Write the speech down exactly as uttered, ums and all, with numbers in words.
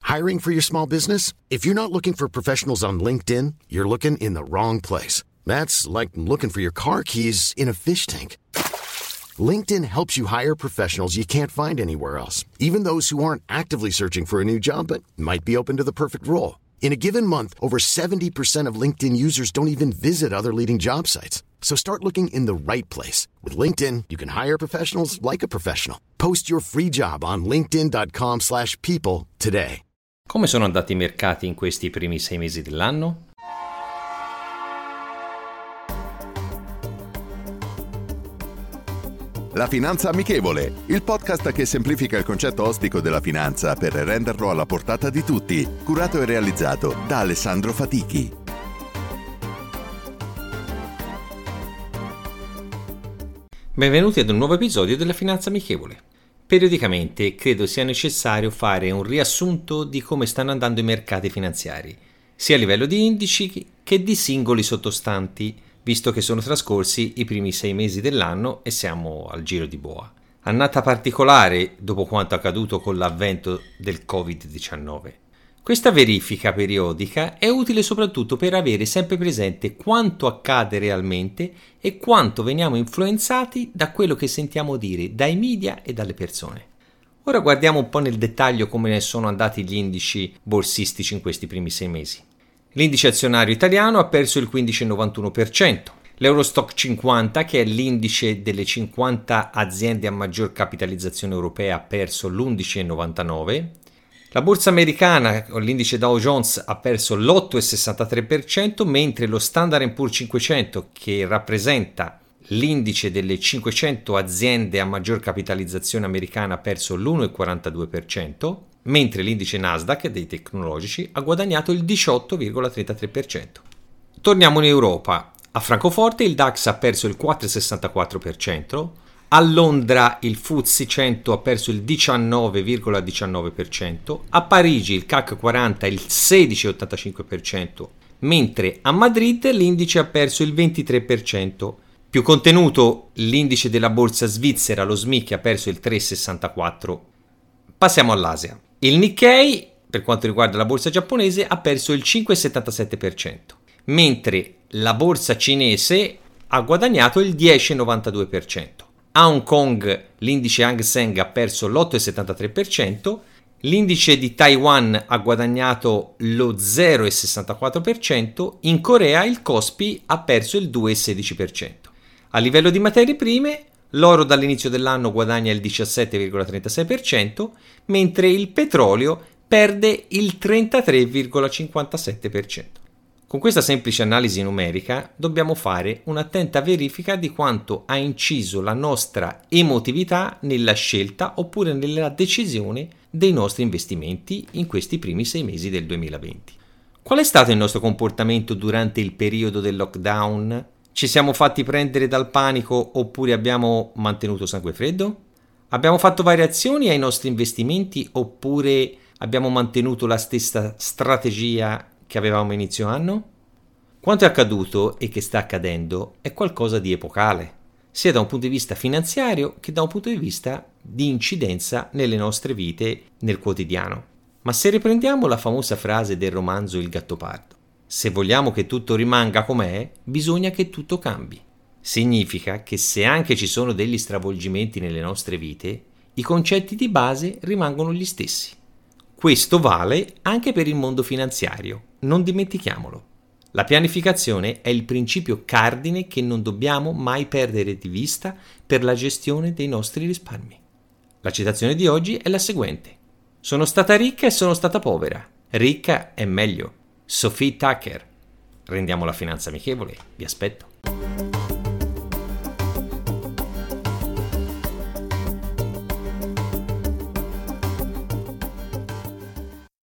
Hiring for your small business? If you're not looking for professionals on LinkedIn, you're looking in the wrong place. That's like looking for your car keys in a fish tank. LinkedIn helps you hire professionals you can't find anywhere else, even those who aren't actively searching for a new job but might be open to the perfect role. In a given month, over seventy percent of LinkedIn users don't even visit other leading job sites. So start looking in the right place. With LinkedIn, you can hire professionals like a professional. Post your free job on linkedin dot com slash people today. Come sono andati i mercati in questi primi sei mesi dell'anno? La Finanza Amichevole, il podcast che semplifica il concetto ostico della finanza per renderlo alla portata di tutti, curato e realizzato da Alessandro Fatichi. Benvenuti ad un nuovo episodio della Finanza Amichevole. Periodicamente credo sia necessario fare un riassunto di come stanno andando i mercati finanziari, sia a livello di indici che di singoli sottostanti, visto che sono trascorsi i primi sei mesi dell'anno e siamo al giro di boa. Annata particolare dopo quanto accaduto con l'avvento del covid diciannove. Questa verifica periodica è utile soprattutto per avere sempre presente quanto accade realmente e quanto veniamo influenzati da quello che sentiamo dire dai media e dalle persone. Ora guardiamo un po' nel dettaglio come ne sono andati gli indici borsistici in questi primi sei mesi. L'indice azionario italiano ha perso il quindici virgola novantuno per cento, l'Eurostock cinquanta, che è l'indice delle cinquanta aziende a maggior capitalizzazione europea, ha perso l'undici virgola novantanove per cento, la borsa americana con l'indice Dow Jones ha perso l'otto virgola sessantatré per cento, mentre lo Standard and Poor's cinquecento, che rappresenta l'indice delle cinquecento aziende a maggior capitalizzazione americana, ha perso l'uno virgola quarantadue per cento, mentre l'indice Nasdaq dei tecnologici ha guadagnato il diciotto virgola trentatré per cento. Torniamo in Europa. A Francoforte il DAX ha perso il quattro virgola sessantaquattro per cento, a Londra il F T S E cento ha perso il diciannove virgola diciannove per cento, a Parigi il C A C quaranta il sedici virgola ottantacinque per cento, mentre a Madrid l'indice ha perso il ventitré per cento. Più contenuto l'indice della borsa svizzera, lo S M I, che ha perso il tre virgola sessantaquattro per cento. Passiamo all'Asia. Il Nikkei, per quanto riguarda la borsa giapponese, ha perso il cinque virgola settantasette per cento, mentre la borsa cinese ha guadagnato il dieci virgola novantadue per cento. A Hong Kong l'indice Hang Seng ha perso l'otto virgola settantatré per cento, l'indice di Taiwan ha guadagnato lo zero virgola sessantaquattro per cento, in Corea il Kospi ha perso il due virgola sedici per cento. A livello di materie prime, l'oro dall'inizio dell'anno guadagna il diciassette virgola trentasei per cento, mentre il petrolio perde il trentatré virgola cinquantasette per cento. Con questa semplice analisi numerica dobbiamo fare un'attenta verifica di quanto ha inciso la nostra emotività nella scelta oppure nella decisione dei nostri investimenti in questi primi sei mesi del duemilaventi. Qual è stato il nostro comportamento durante il periodo del lockdown? Ci siamo fatti prendere dal panico oppure abbiamo mantenuto sangue freddo? Abbiamo fatto variazioni ai nostri investimenti oppure abbiamo mantenuto la stessa strategia che avevamo a inizio anno? Quanto è accaduto e che sta accadendo è qualcosa di epocale, sia da un punto di vista finanziario che da un punto di vista di incidenza nelle nostre vite nel quotidiano. Ma se riprendiamo la famosa frase del romanzo Il Gattopardo, se vogliamo che tutto rimanga com'è, bisogna che tutto cambi. Significa che se anche ci sono degli stravolgimenti nelle nostre vite, i concetti di base rimangono gli stessi. Questo vale anche per il mondo finanziario, non dimentichiamolo. La pianificazione è il principio cardine che non dobbiamo mai perdere di vista per la gestione dei nostri risparmi. La citazione di oggi è la seguente: sono stata ricca e sono stata povera. Ricca è meglio. Sophie Tucker. Rendiamo la finanza amichevole. Vi aspetto.